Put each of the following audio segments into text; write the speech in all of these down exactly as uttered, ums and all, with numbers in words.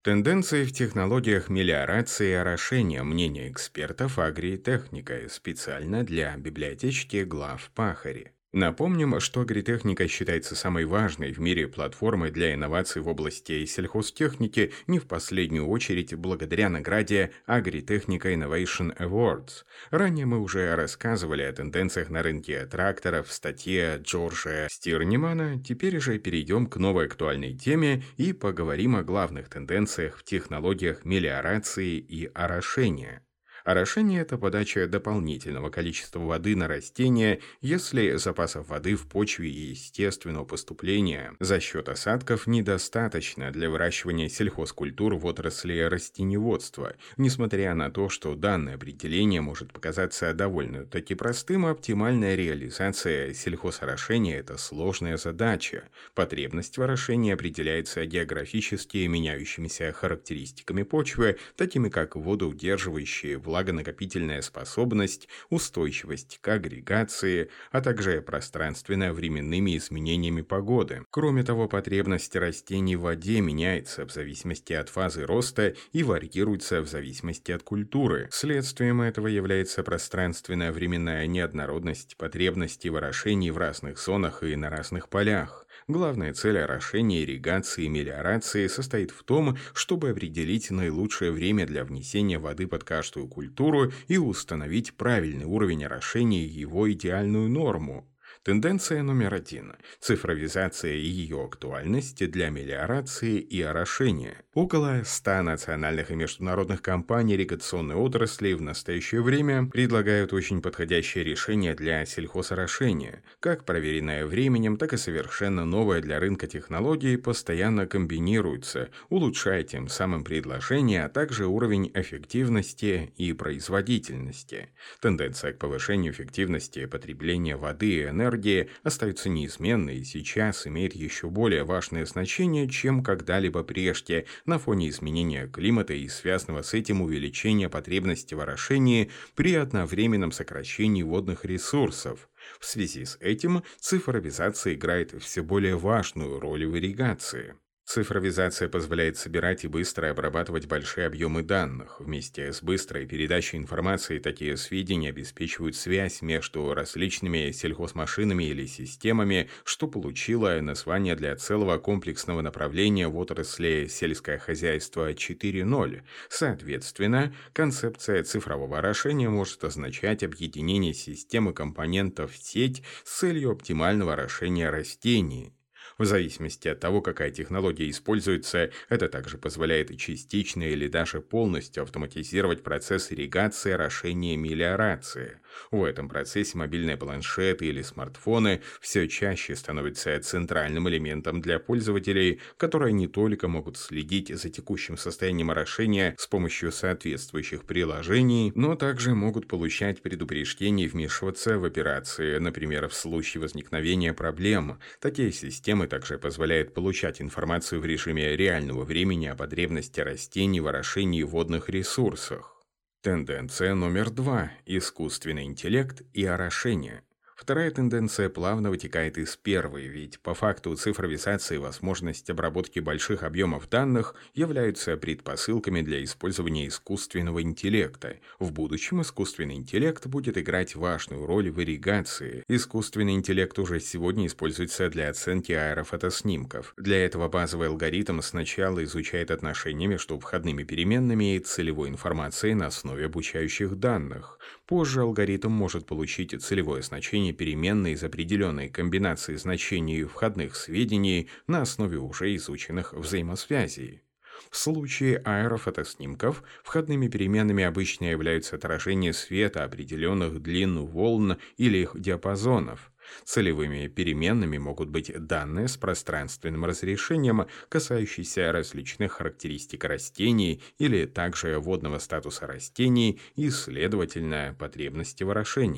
Тенденции в технологиях мелиорации и орошения. Мнение экспертов агритехника специально для библиотечки глав Пахари. Напомним, что агритехника считается самой важной в мире платформой для инноваций в области сельхозтехники, не в последнюю очередь благодаря награде Agritechnica Innovation Awards. Ранее мы уже рассказывали о тенденциях на рынке тракторов в статье Джорджа Стирнимана. Теперь же перейдем к новой актуальной теме и поговорим о главных тенденциях в технологиях мелиорации и орошения. Орошение – это подача дополнительного количества воды на растения, если запасов воды в почве и естественного поступления за счет осадков недостаточно для выращивания сельхозкультур в отрасли растениеводства. Несмотря на то, что данное определение может показаться довольно-таки простым, оптимальная реализация сельхозорошения – это сложная задача. Потребность в орошении определяется географически меняющимися характеристиками почвы, такими как водоудерживающие, влагонакопительная способность, устойчивость к агрегации, а также пространственно-временными изменениями погоды. Кроме того, потребность растений в воде меняется в зависимости от фазы роста и варьируется в зависимости от культуры. Следствием этого является пространственно-временная неоднородность потребностей в орошении в разных зонах и на разных полях. Главная цель орошения, ирригации и мелиорации состоит в том, чтобы определить наилучшее время для внесения воды под каждую культуру и установить правильный уровень орошения и его идеальную норму. Тенденция номер один – цифровизация и ее актуальность для мелиорации и орошения. Около ста национальных и международных компаний ирригационной отрасли в настоящее время предлагают очень подходящее решение для сельхозорошения. Как проверенное временем, так и совершенно новое для рынка технологии постоянно комбинируются, улучшая тем самым предложение, а также уровень эффективности и производительности. Тенденция к повышению эффективности потребления воды и энергии остается неизменной и сейчас имеет еще более важное значение, чем когда-либо прежде, на фоне изменения климата и связанного с этим увеличения потребности в орошении при одновременном сокращении водных ресурсов. В связи с этим цифровизация играет все более важную роль в ирригации. Цифровизация позволяет собирать и быстро обрабатывать большие объемы данных. Вместе с быстрой передачей информации такие сведения обеспечивают связь между различными сельхозмашинами или системами, что получило название для целого комплексного направления в отрасли сельское хозяйство четыре ноль. Соответственно, концепция цифрового орошения может означать объединение системы компонентов в сеть с целью оптимального орошения растений. В зависимости от того, какая технология используется, это также позволяет частично или даже полностью автоматизировать процесс ирригации, орошения и мелиорации. В этом процессе мобильные планшеты или смартфоны все чаще становятся центральным элементом для пользователей, которые не только могут следить за текущим состоянием орошения с помощью соответствующих приложений, но также могут получать предупреждения и вмешиваться в операции, например, в случае возникновения проблем. Такие системы также позволяют получать информацию в режиме реального времени о потребности растений в орошении и водных ресурсах. Тенденция номер два – искусственный интеллект и орошение. Вторая тенденция плавно вытекает из первой, ведь по факту цифровизации и возможность обработки больших объемов данных являются предпосылками для использования искусственного интеллекта. В будущем искусственный интеллект будет играть важную роль в ирригации. Искусственный интеллект уже сегодня используется для оценки аэрофотоснимков. Для этого базовый алгоритм сначала изучает отношения между входными переменными и целевой информацией на основе обучающих данных. Позже алгоритм может получить целевое значение переменной из определенной комбинации значений входных сведений на основе уже изученных взаимосвязей. В случае аэрофотоснимков входными переменными обычно являются отражение света определенных длин волн или их диапазонов. Целевыми переменными могут быть данные с пространственным разрешением, касающиеся различных характеристик растений или также водного статуса растений и, следовательно, потребности в орошении.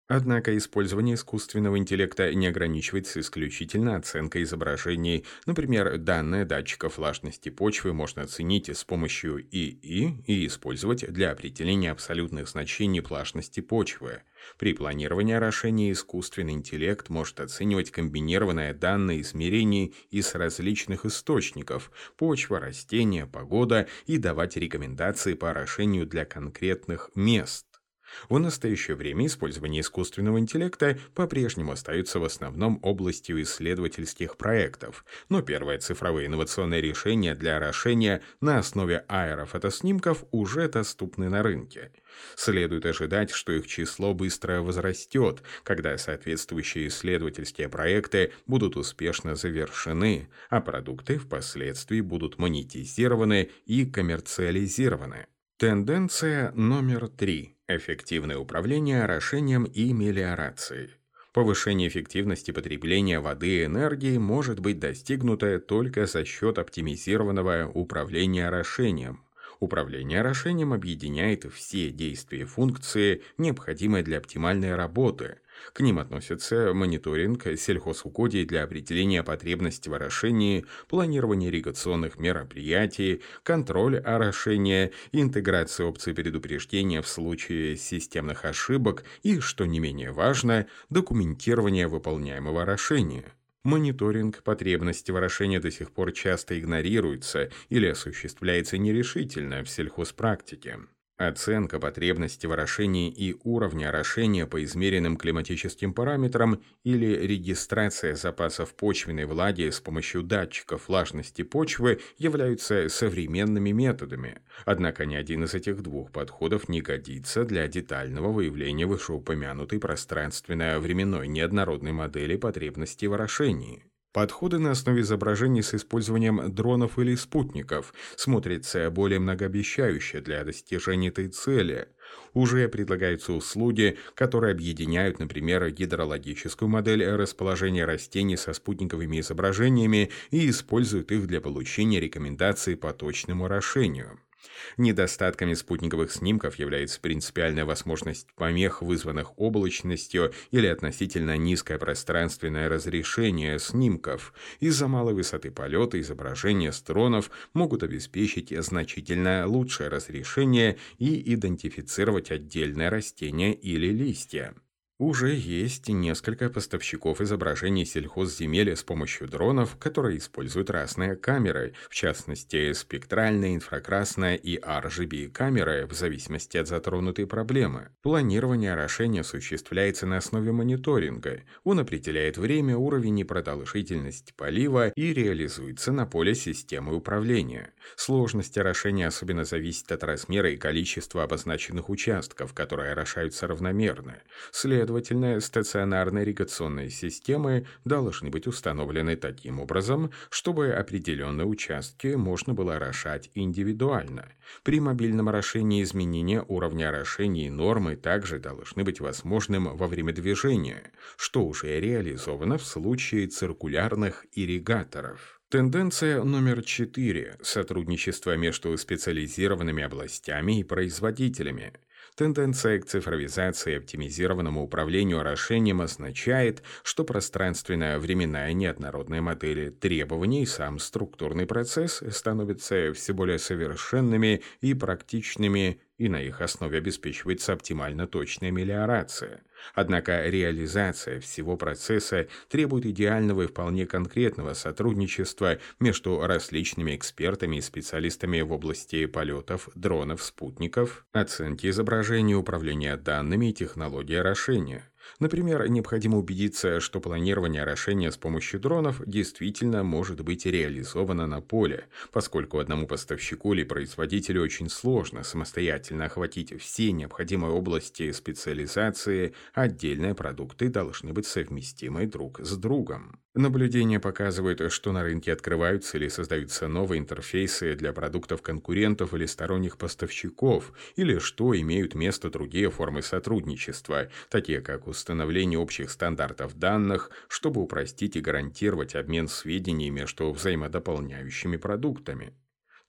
Однако использование искусственного интеллекта не ограничивается исключительно оценкой изображений. Например, данные датчиков влажности почвы можно оценить с помощью ИИ и использовать для определения абсолютных значений влажности почвы. При планировании орошения искусственный интеллект может оценивать комбинированные данные измерений из различных источников – почва, растения, погода – и давать рекомендации по орошению для конкретных мест. В настоящее время использование искусственного интеллекта по-прежнему остается в основном областью исследовательских проектов, но первые цифровые инновационные решения для орошения на основе аэрофотоснимков уже доступны на рынке. Следует ожидать, что их число быстро возрастет, когда соответствующие исследовательские проекты будут успешно завершены, а продукты впоследствии будут монетизированы и коммерциализированы. Тенденция номер три. Эффективное управление орошением и мелиорацией. Повышение эффективности потребления воды и энергии может быть достигнуто только за счет оптимизированного управления орошением. Управление орошением объединяет все действия и функции, необходимые для оптимальной работы. К ним относятся мониторинг сельхозугодий для определения потребностей в орошении, планирование ирригационных мероприятий, контроль орошения, интеграция опций предупреждения в случае системных ошибок и, что не менее важно, документирование выполняемого орошения. Мониторинг потребностей в орошении до сих пор часто игнорируется или осуществляется нерешительно в сельхозпрактике. Оценка потребностей в орошении и уровня орошения по измеренным климатическим параметрам или регистрация запасов почвенной влаги с помощью датчиков влажности почвы являются современными методами. Однако ни один из этих двух подходов не годится для детального выявления вышеупомянутой пространственно-временной неоднородной модели потребностей в орошении. Подходы на основе изображений с использованием дронов или спутников смотрятся более многообещающе для достижения этой цели. Уже предлагаются услуги, которые объединяют, например, гидрологическую модель расположения растений со спутниковыми изображениями и используют их для получения рекомендаций по точному орошению. Недостатками спутниковых снимков является принципиальная возможность помех, вызванных облачностью, или относительно низкое пространственное разрешение снимков. Из-за малой высоты полета изображения с дронов могут обеспечить значительно лучшее разрешение и идентифицировать отдельные растения или листья. Уже есть несколько поставщиков изображений сельхозземель с помощью дронов, которые используют разные камеры, в частности спектральная, инфракрасная и ар джи би камеры, в зависимости от затронутой проблемы. Планирование орошения осуществляется на основе мониторинга. Он определяет время, уровень и продолжительность полива и реализуется на поле системы управления. Сложность орошения особенно зависит от размера и количества обозначенных участков, которые орошаются равномерно. Следовательно, Следовательно, стационарные ирригационные системы должны быть установлены таким образом, чтобы определенные участки можно было орошать индивидуально. При мобильном орошении изменения уровня орошения и нормы также должны быть возможным во время движения, что уже реализовано в случае циркулярных ирригаторов. Тенденция номер четыре. Сотрудничество между специализированными областями и производителями. Тенденция к цифровизации и оптимизированному управлению орошением означает, что пространственно-временная неоднородная модель требований и сам структурный процесс становятся все более совершенными и практичными, и на их основе обеспечивается оптимально точная мелиорация. Однако реализация всего процесса требует идеального и вполне конкретного сотрудничества между различными экспертами и специалистами в области полетов, дронов, спутников, оценки изображений, управления данными и технологии орошения. Например, необходимо убедиться, что планирование орошения с помощью дронов действительно может быть реализовано на поле, поскольку одному поставщику или производителю очень сложно самостоятельно охватить все необходимые области специализации, отдельные продукты должны быть совместимы друг с другом. Наблюдения показывают, что на рынке открываются или создаются новые интерфейсы для продуктов конкурентов или сторонних поставщиков, или что имеют место другие формы сотрудничества, такие как установление общих стандартов данных, чтобы упростить и гарантировать обмен сведениями между взаимодополняющими продуктами.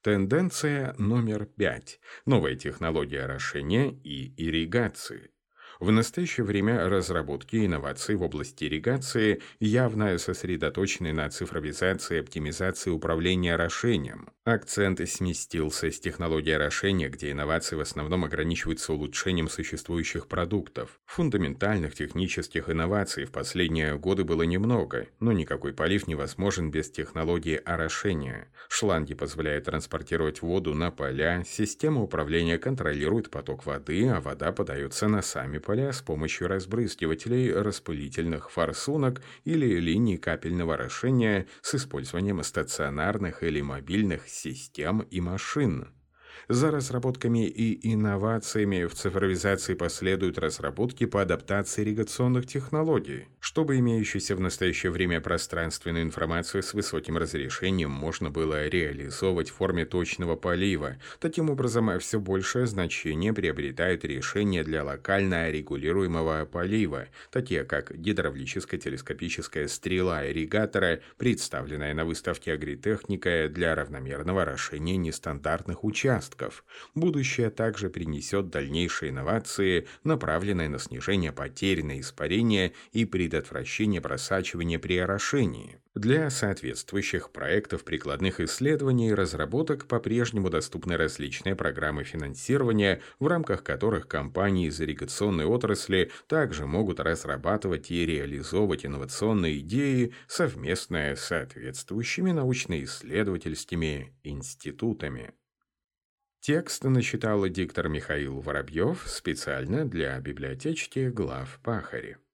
Тенденция номер пять. Новая технология орошения и ирригации. В настоящее время разработки и инновации в области ирригации явно сосредоточены на цифровизации и оптимизации управления орошением. Акцент сместился с технологии орошения, где инновации в основном ограничиваются улучшением существующих продуктов. Фундаментальных технических инноваций в последние годы было немного, но никакой полив невозможен без технологии орошения. Шланги позволяют транспортировать воду на поля, система управления контролирует поток воды, а вода подается на сами поля с помощью разбрызгивателей, распылительных форсунок или линий капельного орошения с использованием стационарных или мобильных систем и машин. За разработками и инновациями в цифровизации последуют разработки по адаптации ирригационных технологий. Чтобы имеющуюся в настоящее время пространственную информацию с высоким разрешением можно было реализовывать в форме точного полива. Таким образом, все большее значение приобретают решения для локально регулируемого полива, такие как гидравлическая телескопическая стрела ирригатора, представленная на выставке «Агритехника» для равномерного орошения нестандартных участков. Будущее также принесет дальнейшие инновации, направленные на снижение потерь на испарение и предотвращение просачивания при орошении. Для соответствующих проектов прикладных исследований и разработок по-прежнему доступны различные программы финансирования, в рамках которых компании из ирригационной отрасли также могут разрабатывать и реализовывать инновационные идеи совместно с соответствующими научно-исследовательскими институтами. Текст начитал диктор Михаил Воробьев специально для библиотечки глав Пахари.